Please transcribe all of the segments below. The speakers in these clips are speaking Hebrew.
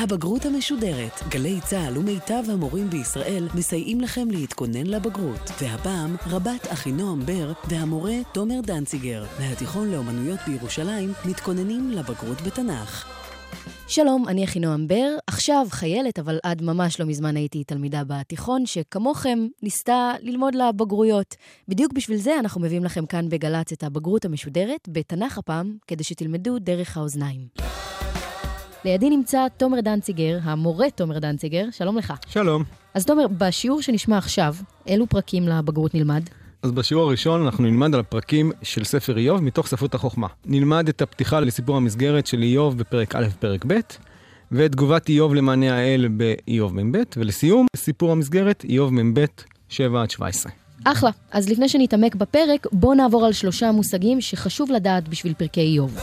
הבגרות המשודרת. גלי צהל ומיטב המורים בישראל מסייעים לכם להתכונן לבגרות. והפעם רבת אחינועם בר והמורה תומר דנציגר מהתיכון לאומנויות בירושלים מתכוננים לבגרות בתנ"ך. שלום, אני אחינועם בר, עכשיו חיילת, אבל עד ממש לא מזמן הייתי תלמידה בתיכון, שכמוכם ניסתה ללמוד לבגרויות. בדיוק בשביל זה אנחנו מביאים לכם כאן בגלץ את הבגרות המשודרת, בתנ"ך הפעם, כדי שתלמדו דרך האוזניים. לידי נמצא תומר דנציגר, המורה תומר דנציגר, שלום לך. שלום. אז תומר, בשיעור שנשמע עכשיו, אילו פרקים לבגרות נלמד? אז בשיעור הראשון אנחנו נלמד על הפרקים של ספר איוב מתוך ספרות החוכמה. נלמד את הפתיחה לסיפור המסגרת של איוב בפרק א' ופרק ב', ואת תגובת איוב למענה האל באיוב מ"ב, ולסיום, סיפור המסגרת איוב מ"ב 7-17. אחלה. אז לפני שנתעמק בפרק, בואו נעבור על 3 מושגים שחשוב לדעת בשביל פרקי איוב.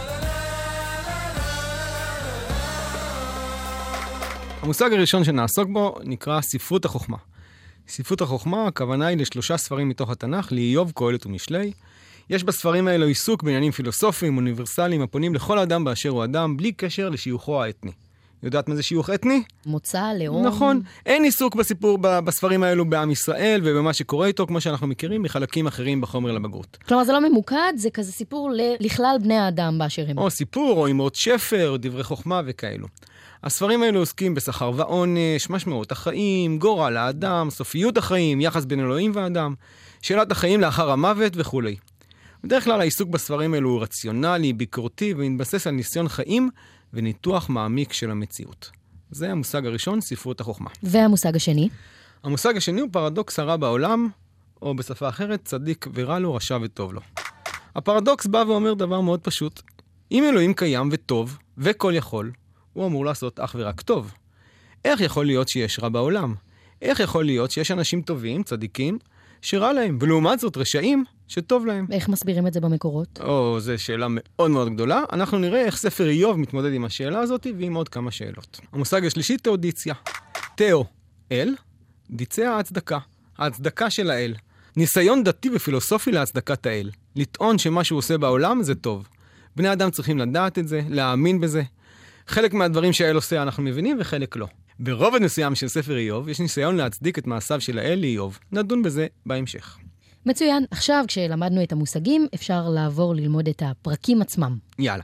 המושג הראשון שנעסוק בו נקרא ספרות החוכמה. ספרות החוכמה, הכוונה היא ל3 ספרים מתוך התנ"ך, לאיוב, קהלת ומשלי. יש בספרים האלו עיסוק בעניינים פילוסופיים, אוניברסליים, הפונים לכל אדם באשר הוא אדם, בלי קשר לשיוכו האתני. יודעת מה זה שיוך אתני? מוצא, לאום. נכון. אין עיסוק בספרים האלו בעם ישראל ובמה שקורה איתו, כמו שאנחנו מכירים, מחלקים אחרים בחומר לבגרות. כלומר, זה לא ממוקד, זה כזה סיפור לכלל בני האדם באשר הם. או סיפור, או אמרות שפר, או דברי חוכמה וכאלו. הספרים האלו עוסקים בשכר ועונש, משמעות החיים, גורל האדם, סופיות החיים, יחס בין אלוהים ואדם, שאלת החיים לאחר המוות וכו'. בדרך כלל העיסוק בספרים האלו הוא רציונלי, ביקורתי, ומתבסס על ניסיון חיים וניתוח מעמיק של המציאות. זה המושג הראשון, ספרות החוכמה. והמושג השני? המושג השני הוא פרדוקס הרע בעולם, או בשפה אחרת, צדיק ורע לו, רשע וטוב לו. הפרדוקס בא ואומר דבר מאוד פשוט. אם אלוהים קיים וטוב וכל יכול, הוא אמור לעשות אך ורק טוב. איך יכול להיות שיש רע בעולם? איך יכול להיות שיש אנשים טובים, צדיקים, שרע להם, ולעומת זאת רשעים שטוב להם? איך מסבירים את זה במקורות? זו שאלה מאוד מאוד גדולה. אנחנו נראה איך ספר איוב מתמודד עם השאלה הזאת ועם עוד כמה שאלות. המושג השלישי, תאודיציה. תאו, אל, דיציה הצדקה. ההצדקה של האל. ניסיון דתי ופילוסופי להצדקת האל. לטעון שמה שהוא עושה בעולם זה טוב. בני אדם צריכים לדעת את זה, להאמין בזה. חלק מהדברים שהאל עושה אנחנו מבינים וחלק לא. ברובד מסוים של ספר איוב יש ניסיון להצדיק את מעשיו של האל לאיוב. נדון בזה בהמשך. מצוין. עכשיו כשלמדנו את המושגים אפשר לעבור ללמוד את הפרקים עצמם. יאללה.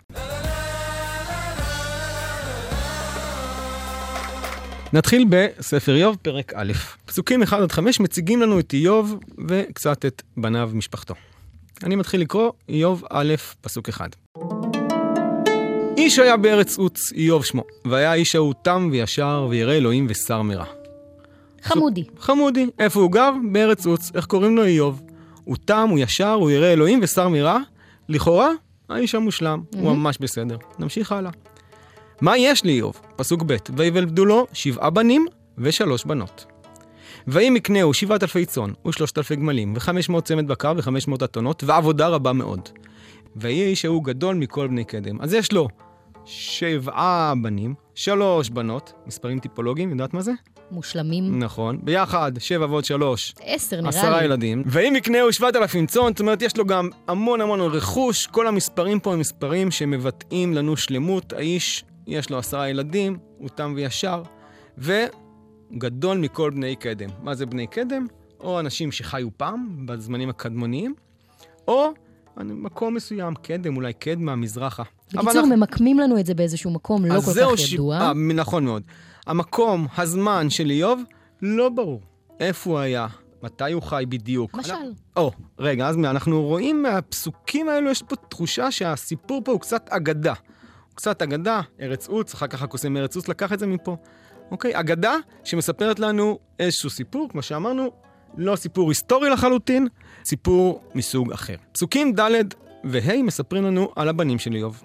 נתחיל בספר איוב פרק א'. פסוקים 1-5 מציגים לנו את איוב וקצת את בניו ומשפחתו. אני מתחיל לקרוא איוב א' פסוק 1. איש היה בארץ עוץ, איוב שמו, והיה איש ההוא תם וישר וירא אלוהים ושר מרע. חמודי. חמודי. איפה הוא גר? בארץ עוץ. איך קוראים לו? איוב. הוא תם, הוא ישר, הוא ירא אלוהים ושר מרע. לכאורה, האיש המושלם. הוא ממש בסדר. נמשיך הלאה. מה יש לאיוב? פסוק ב'. ויוולדו לו 7 בנים ו3 בנות. ויהי מקנהו 7,000 צאן ו3,000 גמלים ו500 צמד בקר ו500 אתונות ועבודה רבה מאוד. ויהי איש ההוא גדול מכל בני קדם. אז יש לו 7 בנים, 3 בנות, מספרים טיפולוגיים, יודעת מה זה? מושלמים. נכון. ביחד, 7 ועוד 3. 10 נראה לי. 10 ילדים. ואם יקנהו 7,000 צאן, זאת אומרת, יש לו גם המון רכוש. כל המספרים פה הם מספרים שמבטאים לנו שלמות. האיש, יש לו 10 ילדים, הוא תם וישר, וגדול מכל בני קדם. מה זה בני קדם? או אנשים שחיו פעם, בזמנים הקדמוניים, או מקום מסוים, קדם, אולי קדמה, מזרחה. בקיצור, ממקמים לנו את זה באיזשהו מקום לא כל כך ידוע. נכון מאוד. המקום, הזמן של איוב, לא ברור. איפה הוא היה? מתי הוא חי בדיוק? משל. רגע, אז אנחנו רואים מהפסוקים האלו, יש פה תחושה שהסיפור פה הוא קצת אגדה. הוא קצת אגדה, ארץ עוץ, אחר כך הקוסם ארץ עוץ לקח את זה מפה. אוקיי, אגדה שמספרת לנו איזשהו סיפור, כמו שאמרנו, לא סיפור היסטורי לחלוטין, סיפור מסוג אחר. פסוקים ד' וה' מספרים לנו על הבנים של איוב.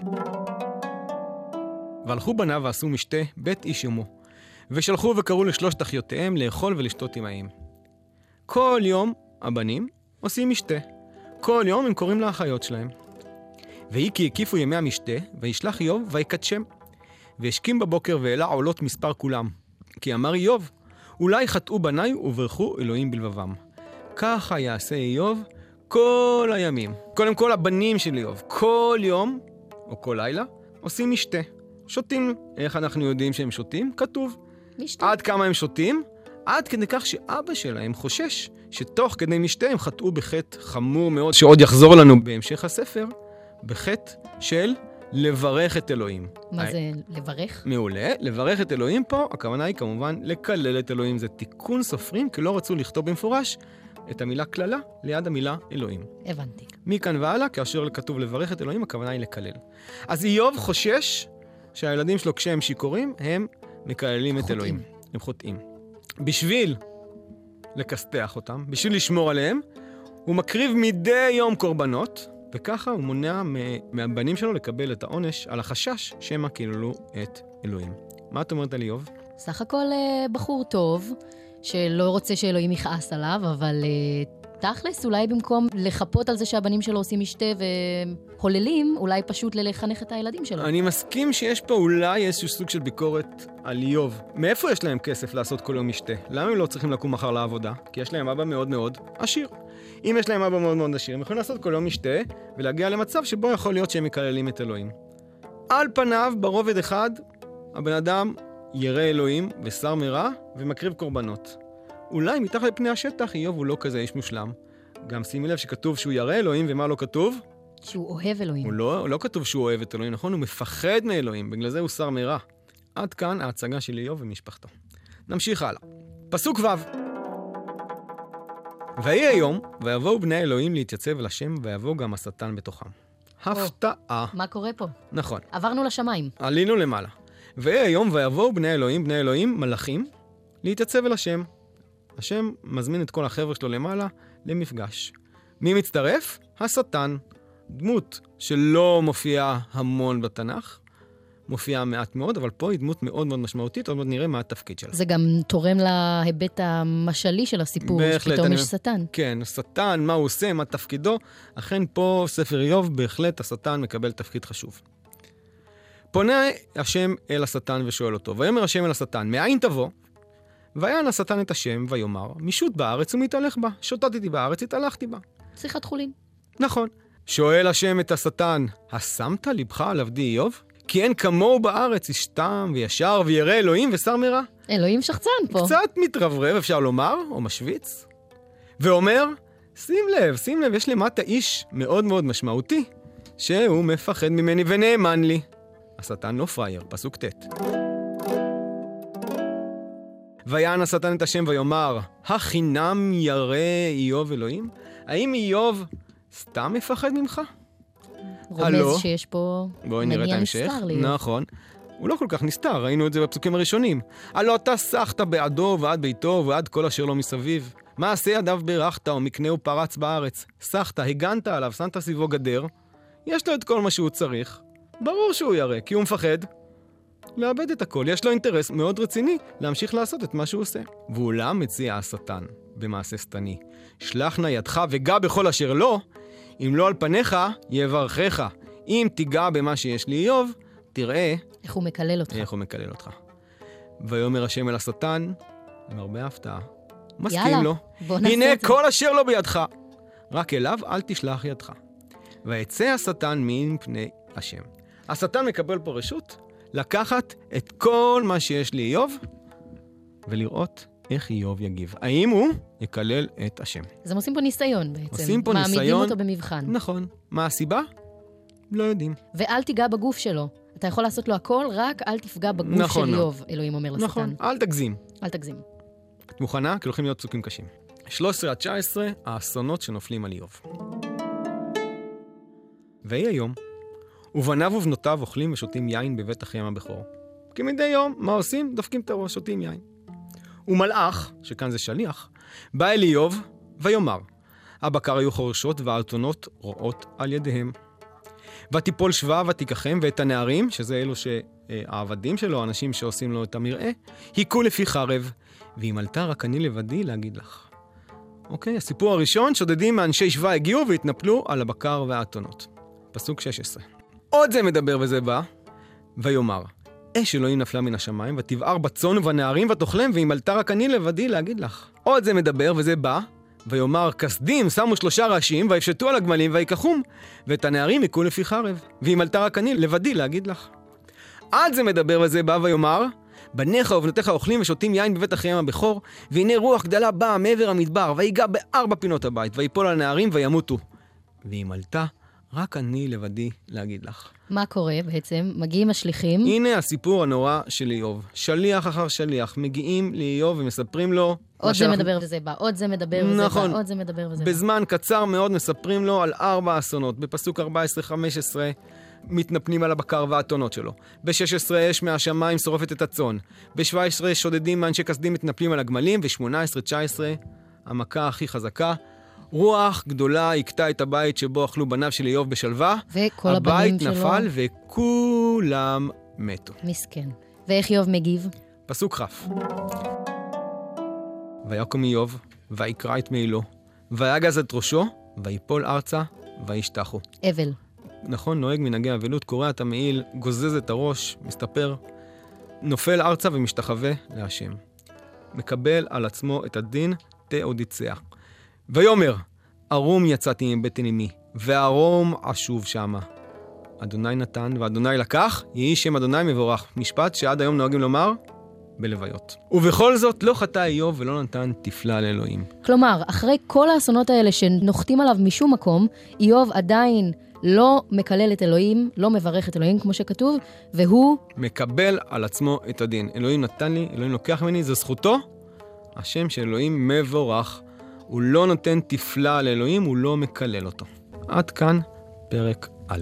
והלכו בניו ועשו משתה בית איש יומו, ושלחו וקראו ל3 אחיותיהם לאכול ולשתות עמהם. כל יום הבנים עושים משתה. כל יום הם קוראים לאחיות שלהם. והיא כי הקיפו ימי המשתה, וישלח איוב ויקדשם. והשכים בבוקר ואלה עולות מספר כולם. כי אמר איוב, אולי חטאו בניי וברכו אלוהים בלבבם. ככה יעשה איוב כל הימים. קודם כל הבנים של איוב, כל יום, או כל לילה, עושים משתה. שותים. איך אנחנו יודעים שהם שותים? כתוב. משתה. עד כמה הם שותים? עד כדי כך שאבא שלהם חושש שתוך כדי משתה הם חטאו בחטא חמור מאוד, שעוד יחזור לנו בהמשך הספר, בחטא של לברך את אלוהים. מה זה לברך? מעולה. לברך את אלוהים פה, הכוונה היא כמובן לקלל את אלוהים. זה תיקון סופרים, כי לא רצו לכתוב במפורש את המילה כללה ליד המילה אלוהים. הבנתי. מכאן והלאה, כאשר כתוב לברך את אלוהים, הכוונה היא לקלל. אז איוב חושש שהילדים שלו, כשהם שיכורים, הם מקללים את אלוהים. הם חוטאים. בשביל לקסטח אותם, בשביל לשמור עליהם, הוא מקריב מדי יום קורבנות, וככה הוא מונע מהבנים שלו לקבל את העונש על החשש שהם קיללו את אלוהים. מה את אומרת על איוב? סך הכל בחור טוב, שלא רוצה שאלוהים יכעס עליו, אבל תכלס, אולי במקום לחפות על זה שהבנים שלו עושים משתה והוללים, אולי פשוט לחנך את הילדים שלו. אני מסכים שיש פה אולי איזשהו סוג של ביקורת על איוב. מאיפה יש להם כסף לעשות כל יום משתה? למה הם לא צריכים לקום מחר לעבודה? כי יש להם אבא מאוד מאוד עשיר. אם יש להם אבא מאוד מאוד עשיר, הם יכולים לעשות כל יום משתה ולהגיע למצב שבו יכול להיות שהם מקללים את אלוהים. על פניו, ברובד אחד, הבן אדם ירא אלוהים ושר מרע ומקריב קורבנות. אולי מתחת לפני השטח איוב הוא לא כזה איש מושלם. גם שימי לב שכתוב שהוא ירא אלוהים, ומה לא כתוב? שהוא אוהב אלוהים. הוא לא כתוב שהוא אוהב את אלוהים, נכון? הוא מפחד מאלוהים, בגלל זה הוא שר מרע. עד כאן ההצגה של איוב ומשפחתו. נמשיך הלאה. פסוק ו' ויהי היום, ויבואו בני אלוהים להתייצב אל השם, ויבוא גם השטן בתוכם. הפתעה. מה קורה פה? נכון. עברנו לשמיים. עלינו למעלה. ויהי היום, ויבואו בני אלוהים, מלאכים, להתייצב אל השם. השם מזמין את כל החבר'ה שלו למעלה למפגש. מי מצטרף? השטן. דמות שלא מופיעה המון בתנ"ך, מופיעה מעט מאוד, אבל פה היא דמות מאוד מאוד משמעותית, עוד מעט נראה מה התפקיד שלה. זה גם תורם להיבט המשלי של הסיפור, שפתאום יש שטן. כן, שטן, מה הוא עושה, מה תפקידו. אכן פה ספר איוב, בהחלט השטן מקבל תפקיד חשוב. פונה השם אל השטן ושואל אותו, ויאמר השם אל השטן, מאין תבוא? ויען השטן את השם ויאמר, משוט בארץ ומתהלך בה. שוטטתי בארץ, התהלכתי בה. שיחת חולין. נכון. שואל השם את השטן, השמת לבך על עבדי איוב? כי אין כמוהו בארץ, איש תם וישר וירא אלוהים ושר מרע. אלוהים שחצן פה. קצת מתרברב, אפשר לומר, או משוויץ. ואומר, שים לב, יש למטה איש מאוד מאוד משמעותי, שהוא מפחד ממני ונאמן לי. השטן לא פרייר, פסוק ט'. ויען השטן את השם ויאמר, החינם ירא איוב אלוהים? האם איוב סתם מפחד ממך? רומז שיש פה מניע נסתר לי. נכון. הוא לא כל כך נסתר, ראינו את זה בפסוקים הראשונים. הלא אתה שחת בעדו ועד ביתו ועד כל אשר לו מסביב. מעשה ידיו ברכת ומקנהו פרץ בארץ. שחת, הגנת עליו, שמת סביבו גדר. יש לו את כל מה שהוא צריך. ברור שהוא ירא, כי הוא מפחד לאבד את הכל. יש לו אינטרס מאוד רציני להמשיך לעשות את מה שהוא עושה. ואולם מציע השטן במעשה שטני. שלח נא ידך וגע בכל אשר לא, אם לא על פניך יברכך. אם תיגע במה שיש לי איוב, תראה איך הוא מקלל אותך. ויאמר השם אל השטן, עם הרבה הפתעה, מסכים יאללה, לו. הנה כל אשר לא בידך, רק אליו אל תשלח ידך. ויצא השטן מפני השם. השטן מקבל פה רשות לקחת את כל מה שיש לי איוב ולראות איך איוב יגיב. האם הוא יקלל את השם? אז הם עושים פה ניסיון בעצם. עושים פה ניסיון. מעמידים אותו במבחן. נכון. מה הסיבה? לא יודעים. ואל תיגע בגוף שלו. אתה יכול לעשות לו הכל, רק אל תפגע בגוף של איוב, אלוהים אומר לשטן. נכון, אל תגזים. אל תגזים. את מוכנה? כי הולכים להיות פסוקים קשים. 13-19, האסונות שנופלים על איוב. ויהי היום, ובניו ובנותיו אוכלים ושותים יין בבית אחיהם הבכור. כי מדי יום, מה עושים? דופקים את הראש, שותים יין. ומלאך, שכאן זה שליח, בא אל איוב ויאמר, הבקר היו חורשות והאתונות רואות על ידיהם. ותיפול שבא ותיקחם, ואת הנערים, שזה אלו שהעבדים שלו, האנשים שעושים לו את המראה, היכו לפי חרב, ואם עלתה רק אני לבדי להגיד לך. אוקיי, הסיפור הראשון, שודדים מאנשי שבא הגיעו והתנפלו על הבקר והאתונות. פסוק 16. עוד זה מדבר וזה בא, ויאמר, אש אלוהים נפלה מן השמיים, ותבער בצאן ובנערים ותאכלם, ואם עלתה רק אני לבדי להגיד לך. עוד זה מדבר וזה בא, ויאמר, כסדים שמו 3 ראשים, ויפשטו על הגמלים ויקחום, ואת הנערים היכו לפי חרב, ואם עלתה רק אני לבדי להגיד לך. עד זה מדבר וזה בא ויאמר, בניך ובנותיך אוכלים ושותים יין בבית אחיהם הבכור, והנה רוח גדלה באה מעבר המדבר, ויגע בארבע פינות הבית, ויפול על הנערים וימותו. ואם עלתה, רק אני לבדי להגיד לך. מה קורה בעצם? מגיעים השליחים. הנה הסיפור הנורא של איוב. שליח אחר שליח מגיעים לאיוב ומספרים לו... עוד זה מדבר וזה בא, עוד זה מדבר וזה בא, עוד זה מדבר וזה בא. בזמן קצר מאוד מספרים לו על 4 אסונות. בפסוק 14-15 מתנפנים על הבקר והאתונות שלו. ב-16 אש מהשמיים שורפת את הצאן. ב-17 שודדים מאנשי כסדים מתנפלים על הגמלים. ו-18-19 המכה הכי חזקה. רוח גדולה הכתה את הבית שבו אכלו בניו של איוב בשלווה. וכל הבנים שלו. הבית נפל וכולם מתו. מסכן. ואיך איוב מגיב? פסוק כ'. ויקום איוב, ויקרע את מעילו, ויגז את ראשו, ויפול ארצה, וישתחו. אבל. נכון, נוהג מנהגי אבלות, קורע את המעיל, גוזז את הראש, מסתפר, נופל ארצה ומשתחווה להשם. מקבל על עצמו את הדין תאודיציה. ויאמר, ארום יצאתי מבטן אמי, וארום אשוב שמה. אדוני נתן ואדוני לקח, יהי שם אדוני מבורך. משפט שעד היום נוהגים לומר בלוויות. ובכל זאת לא חטא איוב ולא נתן תפלה לאלוהים. כלומר, אחרי כל האסונות האלה שנוחתים עליו משום מקום, איוב עדיין לא מקלל את אלוהים, לא מברך את אלוהים כמו שכתוב, והוא מקבל על עצמו את הדין. אלוהים נתן לי, אלוהים לוקח ממני, זו זכותו. השם של אלוהים מבורך. הוא לא נותן תפלה לאלוהים, הוא לא מקלל אותו. עד כאן פרק א'.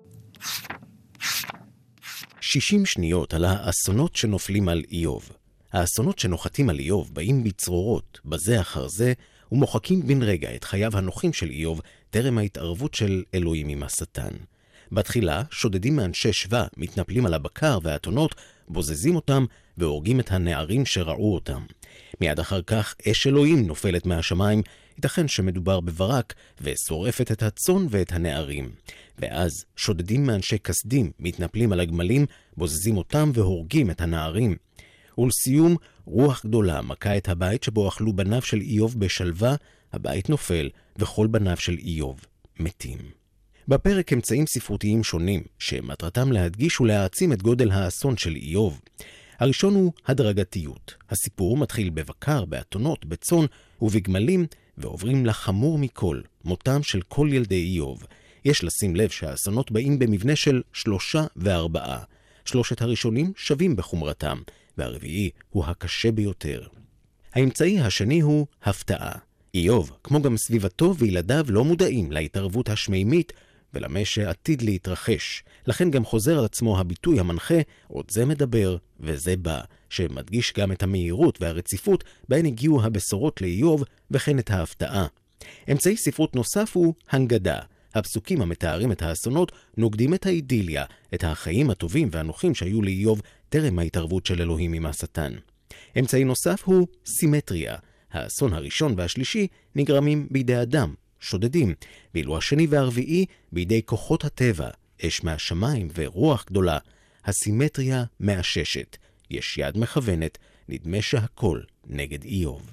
60 שניות על האסונות שנופלים על איוב. האסונות שנוחתים על איוב באים בצרורות, בזה אחר זה, ומוחקים בן רגע את חייו הנוחים של איוב, טרם ההתערבות של אלוהים עם השטן. בתחילה, שודדים מאנשי שווה מתנפלים על הבקר והאתונות, בוזזים אותם והורגים את הנערים שראו אותם. מיד אחר כך, אש אלוהים נופלת מהשמיים, ייתכן שמדובר בברק, ושורפת את הצאן ואת הנערים. ואז שודדים מאנשי כסדים מתנפלים על הגמלים, בוזזים אותם והורגים את הנערים. ולסיום, רוח גדולה מכה את הבית שבו אכלו בניו של איוב בשלווה, הבית נופל וכל בניו של איוב מתים. בפרק אמצעים ספרותיים שונים, שמטרתם להדגיש ולהעצים את גודל האסון של איוב. הראשון הוא הדרגתיות. הסיפור מתחיל בבקר, באתונות, בצאן ובגמלים, ועוברים לחמור מכל, מותם של כל ילדי איוב. יש לשים לב שהאסונות באים במבנה של 3 ו4. 3 הראשונים שווים בחומרתם, והרביעי הוא הקשה ביותר. האמצעי השני הוא הפתעה. איוב, כמו גם סביבתו וילדיו, לא מודעים להתערבות השמימית ולמה שעתיד להתרחש. לכן גם חוזר על עצמו הביטוי המנחה, עוד זה מדבר וזה בא, שמדגיש גם את המהירות והרציפות בהן הגיעו הבשורות לאיוב וכן את ההפתעה. אמצעי ספרות נוסף הוא הנגדה. הפסוקים המתארים את האסונות נוגדים את האידיליה, את החיים הטובים והנוחים שהיו לאיוב טרם ההתערבות של אלוהים עם השטן. אמצעי נוסף הוא סימטריה. האסון הראשון והשלישי נגרמים בידי אדם, שודדים, ואילו השני והרביעי בידי כוחות הטבע, אש מהשמיים ורוח גדולה. הסימטריה מאששת. יש יד מכוונת, נדמה שהכל נגד איוב.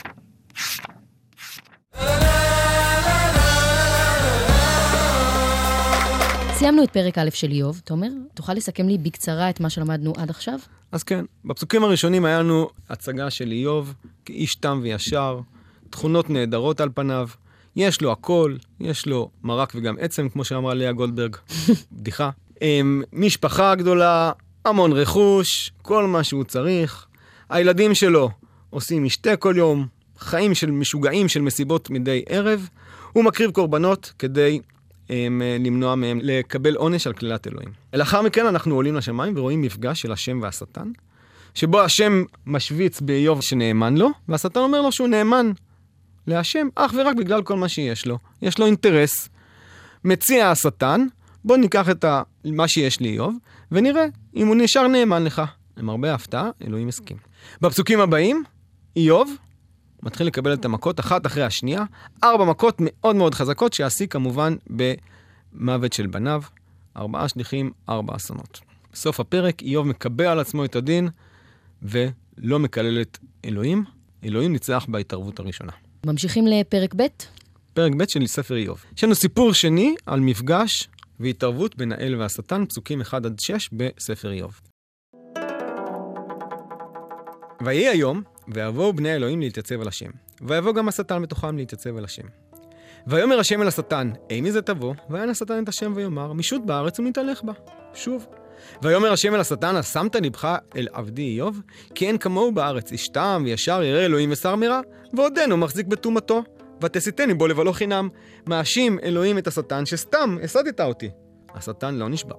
סיימנו את פרק א' של איוב. תומר, תוכל לסכם לי בקצרה את מה שלמדנו עד עכשיו? אז כן, בפסוקים הראשונים היה לנו הצגה של איוב כאיש תם וישר, תכונות נהדרות על פניו, יש לו הכל, יש לו מרק וגם עצם, כמו שאמרה לאה גולדברג, בדיחה. משפחה גדולה, המון רכוש, כל מה שהוא צריך. הילדים שלו עושים משתה כל יום, חיים של משוגעים של מסיבות מדי ערב, הוא מקריב קורבנות כדי למנוע מהם לקבל עונש על כלילת אלוהים. לאחר מכן אנחנו עולים לשמיים ורואים מפגש של השם והשטן, שבו השם משוויץ באיוב שנאמן לו, והשטן אומר לו שהוא נאמן להשם אך ורק בגלל כל מה שיש לו. יש לו אינטרס. מציע השטן, בוא ניקח את מה שיש לאיוב, ונראה אם הוא נשאר נאמן לך. למרבה ההפתעה, אלוהים הסכים. בפסוקים הבאים, איוב מתחיל לקבל את המכות אחת אחרי השנייה, 4 מכות מאוד מאוד חזקות, שעשי כמובן במוות של בניו, 4 שליחים, 4 אסונות. בסוף הפרק, איוב מקבל על עצמו את הדין, ולא מקלל את אלוהים. אלוהים ניצח בהתערבות הראשונה. ממשיכים לפרק ב'? פרק ב' של ספר איוב. יש לנו סיפור שני על מפגש והתערבות בין האל והשטן, פסוקים 1-6 בספר איוב. ויהי היום, ויבואו בני אלוהים להתייצב על השם. ויבוא גם השטן בתוכם להתייצב על השם. ויאמר השם אל השטן, מי זה תבוא? ויען השטן את השם ויאמר, משוט בארץ ונתהלך בה. שוב. ויאמר השם אל השטן, שמת לבך אל עבדי איוב? כי אין כמוהו בארץ, איש תם וישר ירא אלוהים ושר מרע, ועודנו מחזיק בתומתו. ותסיתני בו לבלו חינם. מאשים אלוהים את השטן שסתם הסדת אותי. השטן לא נשבר.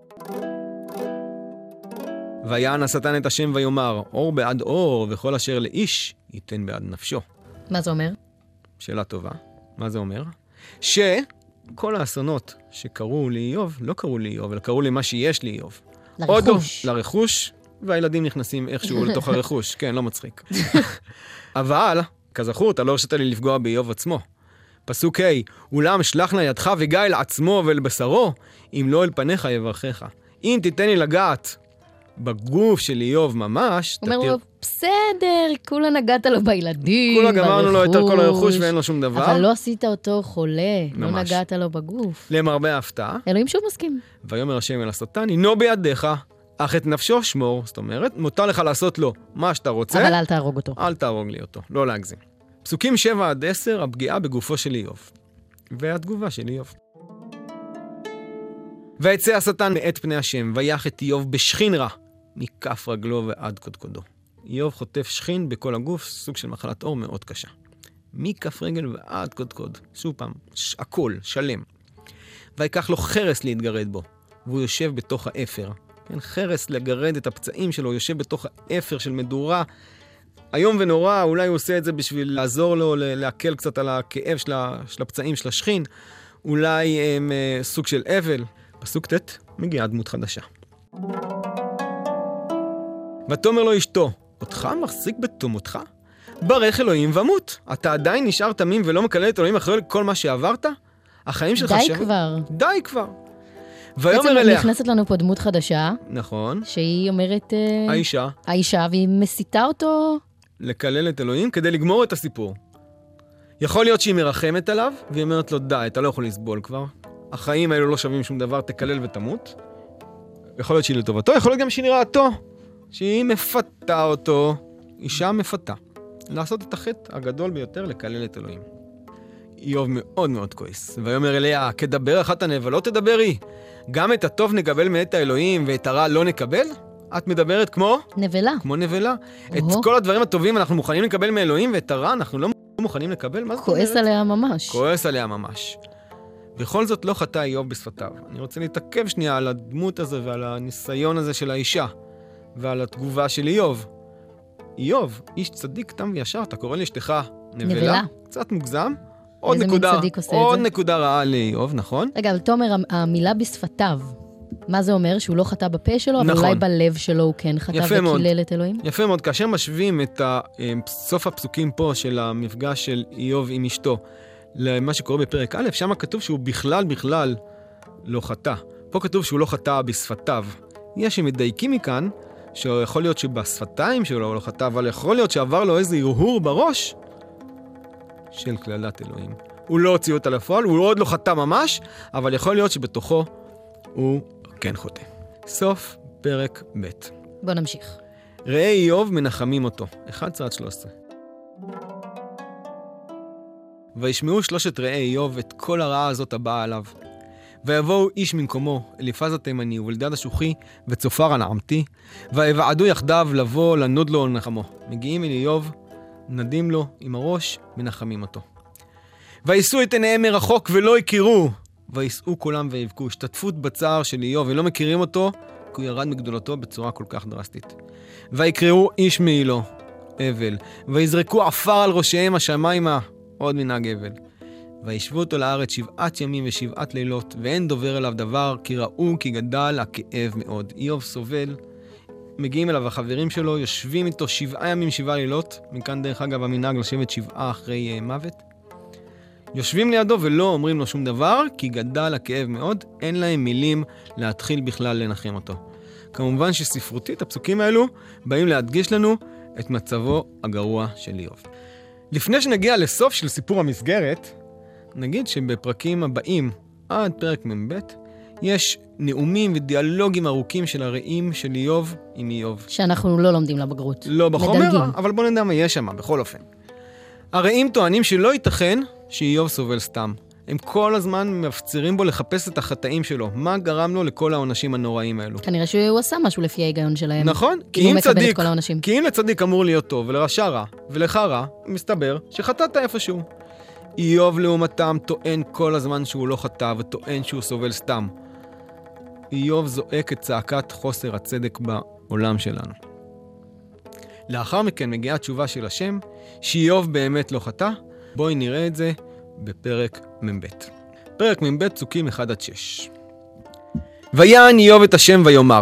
ויען השטן את השם ויאמר, אור בעד אור, וכל אשר לאיש ייתן בעד נפשו. מה זה אומר? שאלה טובה. מה זה אומר? שכל האסונות שקרו לאיוב, לא קרו לאיוב, אלא קרו למה שיש לאיוב. לרכוש. לרכוש, והילדים נכנסים איכשהו לתוך הרכוש. כן, לא מצחיק. אבל, כזכור, אתה לא הרשית לי לפגוע באיוב עצמו. פסוק ה' אולם שלח נא ידך וגע אל עצמו ואל בשרו, אם לא אל פניך יברכך. אם תיתן לי לגעת בגוף של איוב ממש, אומר לו, בסדר, כולה נגעת לו בילדים, כולה גמרנו לו יותר כל הרכוש ואין לו שום דבר. אבל לא עשית אותו חולה, ממש. לא נגעת לו בגוף. למרבה ההפתעה. אלוהים שוב מסכים. ויאמר השם אל השטן, הינו בידיך, אך את נפשו שמור, זאת אומרת, מותר לך לעשות לו מה שאתה רוצה. אבל אל תהרוג אותו. אל תהרוג לי אותו, לא להגזים. פסוקים 7-10, הפגיעה בגופו של איוב. והתגובה של איוב. ויצא השטן מאת פני השם, ויח את איוב בשכין רע, מכף רגלו ועד קודקודו. איוב חוטף שכין בכל הגוף, סוג של מחלת עור מאוד קשה. מכף רגל ועד קודקוד. שוב פעם, הכל, שלם. ויקח לו חרס להתגרד בו, והוא יושב בתוך האפר. כן, חרס לגרד את הפצעים שלו, הוא יושב בתוך האפר של מדורה. היום ונורא, אולי הוא עושה את זה בשביל לעזור לו, להקל קצת על הכאב של הפצעים של השכין. אולי סוג של אבל. פסוק ט' מגיעה דמות חדשה. ותאמר לו אשתו, אותך מחזיק בתומותך? ברך אלוהים ומות. אתה עדיין נשאר תמים ולא מקלל את אלוהים אחרי כל מה שעברת? החיים שלך די כבר. די כבר. בעצם נכנסת לנו פה דמות חדשה. נכון. שהיא אומרת... האישה, והיא מסיתה אותו... לקלל את אלוהים כדי לגמור את הסיפור. יכול להיות שהיא מרחמת עליו, והיא אומרת לו, די, אתה לא יכול לסבול כבר. החיים האלו לא שווים שום דבר, תקלל ותמות. יכול להיות שהיא לטובתו, יכול להיות גם שהיא נראתו. שהיא מפתה אותו, אישה מפתה. לעשות את החטא הגדול ביותר, לקלל את אלוהים. איוב מאוד מאוד כועס, ויאמר אליה, כדבר אחת הנבלות תדברי. גם את הטוב נקבל מאת האלוהים, ואת הרע לא נקבל? את מדברת כמו? נבלה. כמו נבלה. את כל הדברים הטובים אנחנו מוכנים לקבל מאלוהים, ואת הרע אנחנו לא מוכנים לקבל. מה זאת אומרת? כועס עליה ממש. כועס עליה ממש. בכל זאת לא חטא איוב בשפתיו. אני רוצה להתעכב שנייה על הדמות הזה ועל הניסיון הזה של האישה, ועל התגובה של איוב. איוב, איש צדיק, תם וישר, אתה קורא לאשתך נבלה. קצת מוגזם. עוד נקודה רעה לאיוב, נכון? רגע, אבל תומר, המילה בשפתיו, מה זה אומר? שהוא לא חטא בפה שלו, אבל אולי בלב שלו הוא כן חטא וקילל את אלוהים? יפה מאוד. כאשר משווים את סוף הפסוקים פה של המפגש של איוב עם אשתו, למה שקורה בפרק א', שם כתוב שהוא בכלל לא חטא. פה כתוב שהוא לא חטא בשפתיו. יש שמדייקים מכאן, שיכול להיות שבשפתיים שלו הוא לא חטא, אבל יכול להיות שעבר לו איזה הרהור בראש של כללת אלוהים. הוא לא הוציא אותה לפועל, הוא עוד לא חטא ממש, אבל יכול להיות שבתוכו הוא כן חוטא. סוף פרק ב'. בוא נמשיך. ראה איוב מנחמים אותו, 11-13. וישמעו שלושת ראה איוב את כל הרעה הזאת הבאה עליו. ויבואו איש ממקומו, אליפז התימני ובלדד השוחי, וצופר הנעמתי, ויוועדו יחדיו לבוא לנוד לו לנחמו. מגיעים אל איוב, נדים לו עם הראש, מנחמים אותו. ויסעו את עיניהם מרחוק ולא הכירו. ויסעו כולם ויבכו, השתתפות בצער של איוב, ולא מכירים אותו, כי הוא ירד מגדולתו בצורה כל כך דרסטית. ויקראו איש מעילו, אבל, ויזרקו עפר על ראשיהם השמיימה, עוד מנהג אבל. וישבו אותו לארץ 7 ימים ו7 לילות, ואין דובר אליו דבר, כי ראו כי גדל הכאב מאוד. איוב סובל, מגיעים אליו החברים שלו, יושבים איתו 7 ימים 7 לילות, מכאן דרך אגב המנהג לשבת 7 אחרי מוות. יושבים לידו ולא אומרים לו שום דבר, כי גדל הכאב מאוד, אין להם מילים להתחיל בכלל לנחם אותו. כמובן שספרותית הפסוקים האלו באים להדגיש לנו את מצבו הגרוע של איוב. לפני שנגיע לסוף של סיפור המסגרת, נגיד שבפרקים הבאים עד פרק מ"ב יש נאומים ודיאלוגים ארוכים של הרעים של איוב עם איוב. שאנחנו לא לומדים לבגרות. לא בחומר, מדלגים. אבל בוא נדע מה יש שם, בכל אופן. הרעים טוענים שלא ייתכן שאיוב סובל סתם. הם כל הזמן מפצירים בו לחפש את החטאים שלו. מה גרם לו לכל העונשים הנוראים האלו? כנראה שהוא עשה משהו לפי ההיגיון שלהם. נכון, אם הוא מקבל את כל העונשים. כי אם לצדיק אמור להיות טוב ולרשע רע, ולך רע, מסתבר שחטאת איפשהו. איוב לעומתם טוען כל הזמן שהוא לא חטא וטוען שהוא סובל סתם. איוב זועק את צעקת חוסר הצדק בעולם שלנו. לאחר מכן מגיעה תשובה של השם, שאיוב באמת לא חטא. בואי נראה את זה בפרק מ"ב. פרק מ"ב פסוקים 1-6. ויען איוב את השם ויאמר,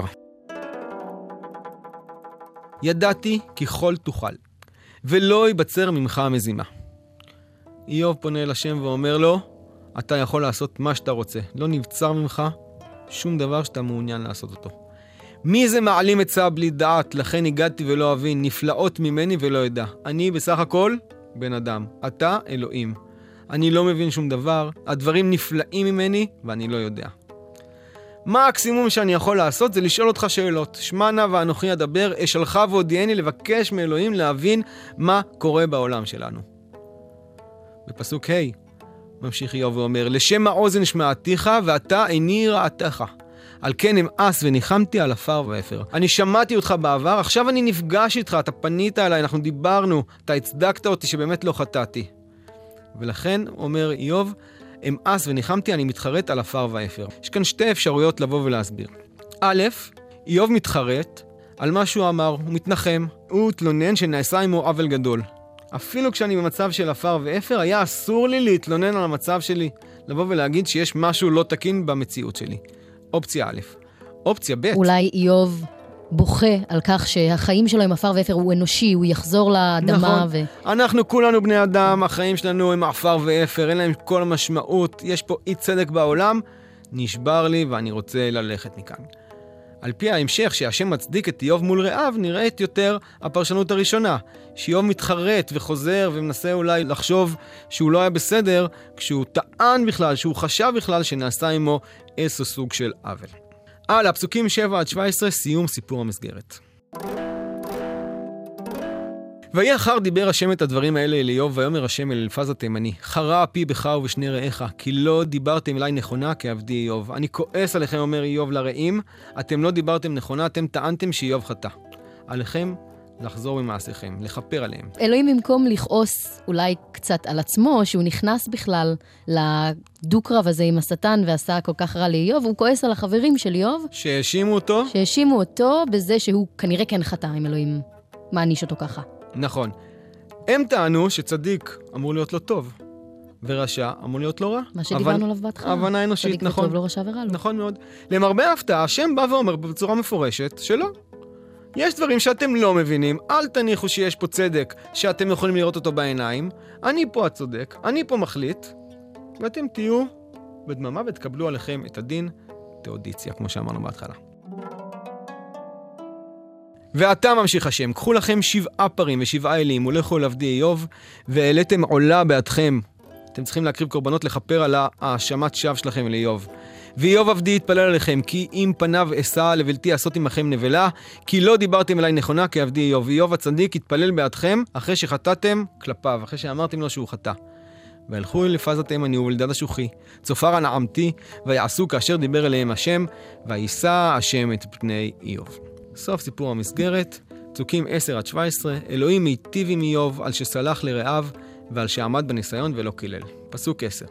ידעתי כי כל תוכל, ולא ייבצר ממך המזימה. איוב פונה אל השם ואומר לו, אתה יכול לעשות מה שאתה רוצה, לא נבצר ממך שום דבר שאתה מעוניין לעשות אותו. מי זה מעלים עצה בלי דעת, לכן הגעתי ולא אבין, נפלאות ממני ולא ידע. אני בסך הכל בן אדם, אתה אלוהים. אני לא מבין שום דבר, הדברים נפלאים ממני ואני לא יודע. מה המקסימום שאני יכול לעשות זה לשאול אותך שאלות. שמע נא ואנוכי אדבר, אשאלך והודיעני לבקש מאלוהים להבין מה קורה בעולם שלנו. בפסוק ה' ממשיך איוב ואומר, לשם האוזן שמעתיך ואתה איני ראתך. על כן אמאס וניחמתי על עפר ואפר. אני שמעתי אותך בעבר, עכשיו אני נפגש איתך, אתה פנית אליי, אנחנו דיברנו, אתה הצדקת אותי שבאמת לא חטאתי. ולכן אומר איוב, אמאס וניחמתי, אני מתחרט על עפר ואפר. יש כאן שתי אפשרויות לבוא ולהסביר. א', איוב מתחרט על מה שהוא אמר, הוא מתנחם, הוא תלונן שנעשה עמו עוול גדול. אפילו כשאני במצב של עפר ואפר, היה אסור לי להתלונן על המצב שלי, לבוא ולהגיד שיש משהו לא תקין במציאות שלי. אופציה א'. אופציה ב'. אולי איוב בוכה על כך שהחיים שלו עם עפר ואפר הוא אנושי, הוא יחזור לאדמה. נכון. אנחנו כולנו בני אדם, החיים שלנו הם עפר ואפר, אין להם כל המשמעות, יש פה אי צדק בעולם, נשבר לי ואני רוצה ללכת מכאן. על פי ההמשך שהשם מצדיק את איוב מול רעיו, נראית יותר הפרשנות הראשונה, שאיוב מתחרט וחוזר ומנסה אולי לחשוב שהוא לא היה בסדר, כשהוא טען בכלל, שהוא חשב בכלל שנעשה עמו איזו סוג של עוול. על הפסוקים 7-17, סיום סיפור המסגרת. ויהי אחר דיבר השם את הדברים האלה אל איוב, ויאמר השם אל אלפז התימני, חרה אפי בך ובשני רעיך, כי לא דיברתם אליי נכונה כעבדי איוב. אני כועס עליכם, אומר איוב לרעים, אתם לא דיברתם נכונה, אתם טענתם שאיוב חטא. עליכם לחזור ממעשיכם, לכפר עליהם. אלוהים במקום לכעוס אולי קצת על עצמו, שהוא נכנס בכלל לדו-קרב הזה עם השטן ועשה כל כך רע לאיוב, הוא כועס על החברים של איוב. שהאשימו אותו? שהאשימו אותו בזה שהוא כנראה כן חטא, אם אלוהים מעניש אותו ככה. נכון. הם טענו שצדיק אמור להיות לו טוב, ורשע אמור להיות לו רע. מה שדיברנו עליו בהתחלה. הבנה אנושית, צדיק נכון. וטוב, לא רשע ורע לו. נכון מאוד. למרבה ההפתעה, השם בא ואומר בצורה מפורשת שלא. יש דברים שאתם לא מבינים, אל תניחו שיש פה צדק שאתם יכולים לראות אותו בעיניים. אני פה הצודק, אני פה מחליט, ואתם תהיו בדממה ותקבלו עליכם את הדין, תאודיציה, כמו שאמרנו בהתחלה. ועתה ממשיך השם, קחו לכם 7 פרים ו7 אלים, ולכו אל עבדי איוב, והעליתם עולה בעדכם. אתם צריכים להקריב קורבנות לכפר על האשמת שווא שלכם לאיוב. ואיוב עבדי יתפלל עליכם, כי אם פניו אשא לבלתי לעשות עמכם נבלה, כי לא דיברתם אליי נכונה כעבדי איוב. ואיוב הצדיק יתפלל בעדכם אחרי שחטאתם כלפיו, אחרי שאמרתם לו שהוא חטא. והלכו אל אלפז התימני ולדד השוחי, צופר הנעמתי, ויעשו כאשר דיבר אליהם השם, ויישא השם את פני איוב. סוף סיפור המסגרת, פסוקים 10-17, אלוהים מיטיב עם איוב על שסלח לרעיו ועל שעמד בניסיון ולא קילל. פסוק 10.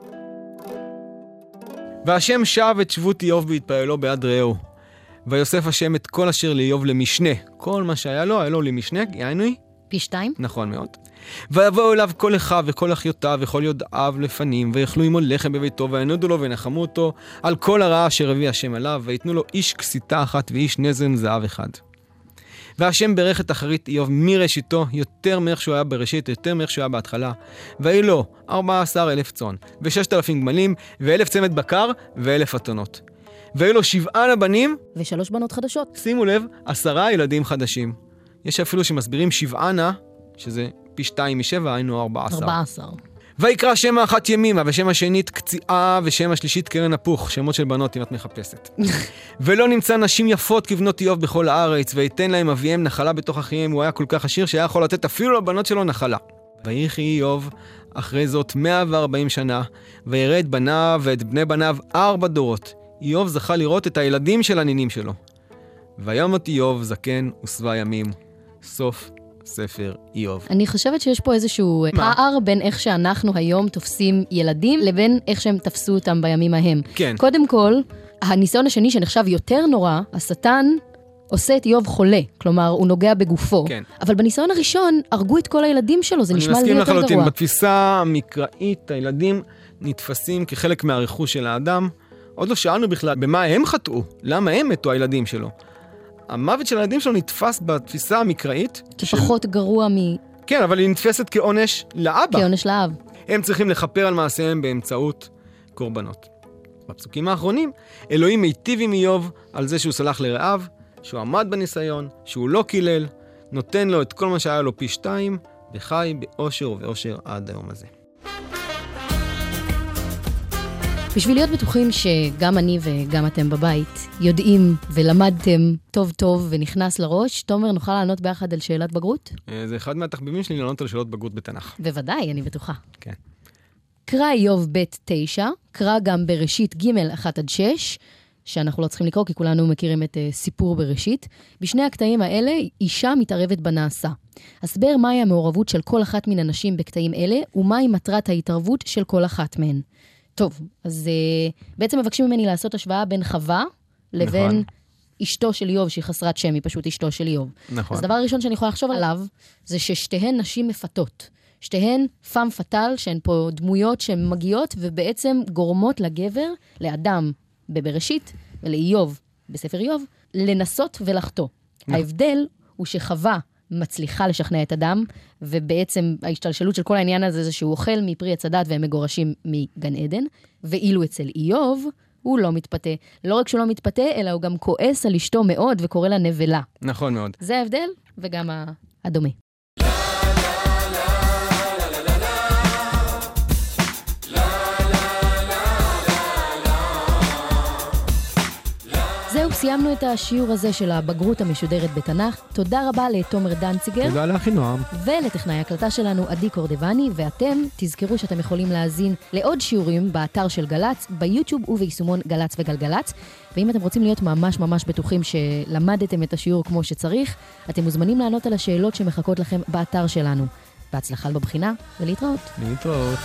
והשם שב את שבות איוב בהתפעלו בעד רעהו. ויוסף השם את כל אשר לאיוב למשנה. כל מה שהיה לו, היה לו למשנה, יענו? פי 2. נכון מאוד. ויבואו אליו כל אחיו וכל אחיותיו וכל יודעיו לפנים, ויאכלו עמו לחם בביתו, וינודו לו ונחמו אותו על כל הרעה אשר הביא השם עליו, ויתנו לו איש כסיתה אחת ואיש נזם זהב אחד. והשם ברך את אחרית איוב מראשיתו, יותר מאיך שהוא היה בראשית, יותר מאיך שהוא היה בהתחלה. והיו לו 14,000 צאן, ו6,000 גמלים, ו1,000 צמד בקר, ו1,000 אתונות. והיו לו 7 בנים, ו3 בנות חדשות. שימו לב, 10 ילדים חדשים. יש אפילו שמסבירים 7 שזה פי 2 מ7, היינו 14. ויקרא שם האחת ימימה, ושם השנית קציעה, ושם השלישית קרן הפוך, שמות של בנות אם את מחפשת. ולא נמצא נשים יפות כבנות איוב בכל הארץ, ויתן להם אביהם נחלה בתוך אחיהם, הוא היה כל כך עשיר שהיה יכול לתת אפילו לבנות שלו נחלה. ויחי איוב אחרי זאת 140 שנה, ויראה את בניו ואת בני בניו 4 דורות. איוב זכה לראות את הילדים של הנינים שלו. וימות איוב זקן ושבע ימים. סוף ספר איוב. אני חושבת שיש פה איזשהו פער בין איך שאנחנו היום תופסים ילדים, לבין איך שהם תפסו אותם בימים ההם. כן. קודם כל, הניסיון השני שנחשב יותר נורא, השטן עושה את איוב חולה, כלומר, הוא נוגע בגופו. כן. אבל בניסיון הראשון, הרגו את כל הילדים שלו, זה נשמע לי יותר גרוע. אני מסכים לחלוטין, בתפיסה המקראית, הילדים נתפסים כחלק מהרכוש של האדם. עוד לא שאלנו בכלל, במה הם חטאו? למה הם מתו הילדים שלו? המוות של הילדים שלו נתפס בתפיסה המקראית. כפחות גרוע מ... כן, אבל היא נתפסת כעונש לאבא. כעונש לאב. הם צריכים לכפר על מעשיהם באמצעות קורבנות. בפסוקים האחרונים, אלוהים מיטיב עם איוב על זה שהוא סלח לרעיו, שהוא עמד בניסיון, שהוא לא קילל, נותן לו את כל מה שהיה לו פי 2, וחי באושר ובאושר עד היום הזה. בשביל להיות בטוחים שגם אני וגם אתם בבית יודעים ולמדתם טוב טוב ונכנס לראש, תומר, נוכל לענות ביחד על שאלת בגרות? זה אחד מהתחביבים שלי לענות על שאלות בגרות בתנ"ך. בוודאי, אני בטוחה. כן. קרא איוב ב' 9, קרא גם בראשית ג' 1-6, שאנחנו לא צריכים לקרוא כי כולנו מכירים את סיפור בראשית. בשני הקטעים האלה, אישה מתערבת בנעשה. הסבר מהי המעורבות של כל אחת מן הנשים בקטעים אלה, ומהי מטרת ההתערבות של כל אחת מהן. טוב, אז בעצם מבקשים ממני לעשות השוואה בין חווה לבין נכון. אשתו של איוב, שהיא חסרת שם, היא פשוט אשתו של איוב. נכון. אז הדבר הראשון שאני יכולה לחשוב עליו, זה ששתיהן נשים מפתות. שתיהן פאם פטל, שהן פה דמויות שהן מגיעות, ובעצם גורמות לגבר, לאדם בבראשית, ולאיוב בספר איוב, לנסות ולחטוא. ההבדל הוא שחווה מצליחה לשכנע את אדם, ובעצם ההשתלשלות של כל העניין הזה זה שהוא אוכל מפרי עץ הדת והם מגורשים מגן עדן, ואילו אצל איוב הוא לא מתפתה. לא רק שהוא לא מתפתה, אלא הוא גם כועס על אשתו מאוד וקורא לה נבלה. נכון מאוד. זה ההבדל וגם הדומה. זהו, סיימנו את השיעור הזה של הבגרות המשודרת בתנ"ך. תודה רבה לתומר דנציגר. תודה לאחינועם. ולטכנאי הקלטה שלנו עדי קורדבני, ואתם תזכרו שאתם יכולים להאזין לעוד שיעורים באתר של גלץ, ביוטיוב וביישומון גלץ וגלגלץ. ואם אתם רוצים להיות ממש ממש בטוחים שלמדתם את השיעור כמו שצריך, אתם מוזמנים לענות על השאלות שמחכות לכם באתר שלנו. בהצלחה בבחינה ולהתראות. להתראות.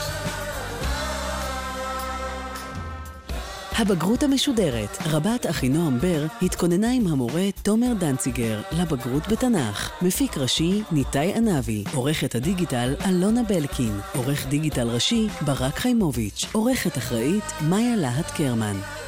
הבגרות המשודרת, רבת אחינועם בר, התכוננה עם המורה תומר דנציגר לבגרות בתנ"ך. מפיק ראשי ניתאי ענבי, עורכת הדיגיטל אלונה בלקין, עורך דיגיטל ראשי ברק חיימוביץ', עורכת אחראית מאיה להט קרמן.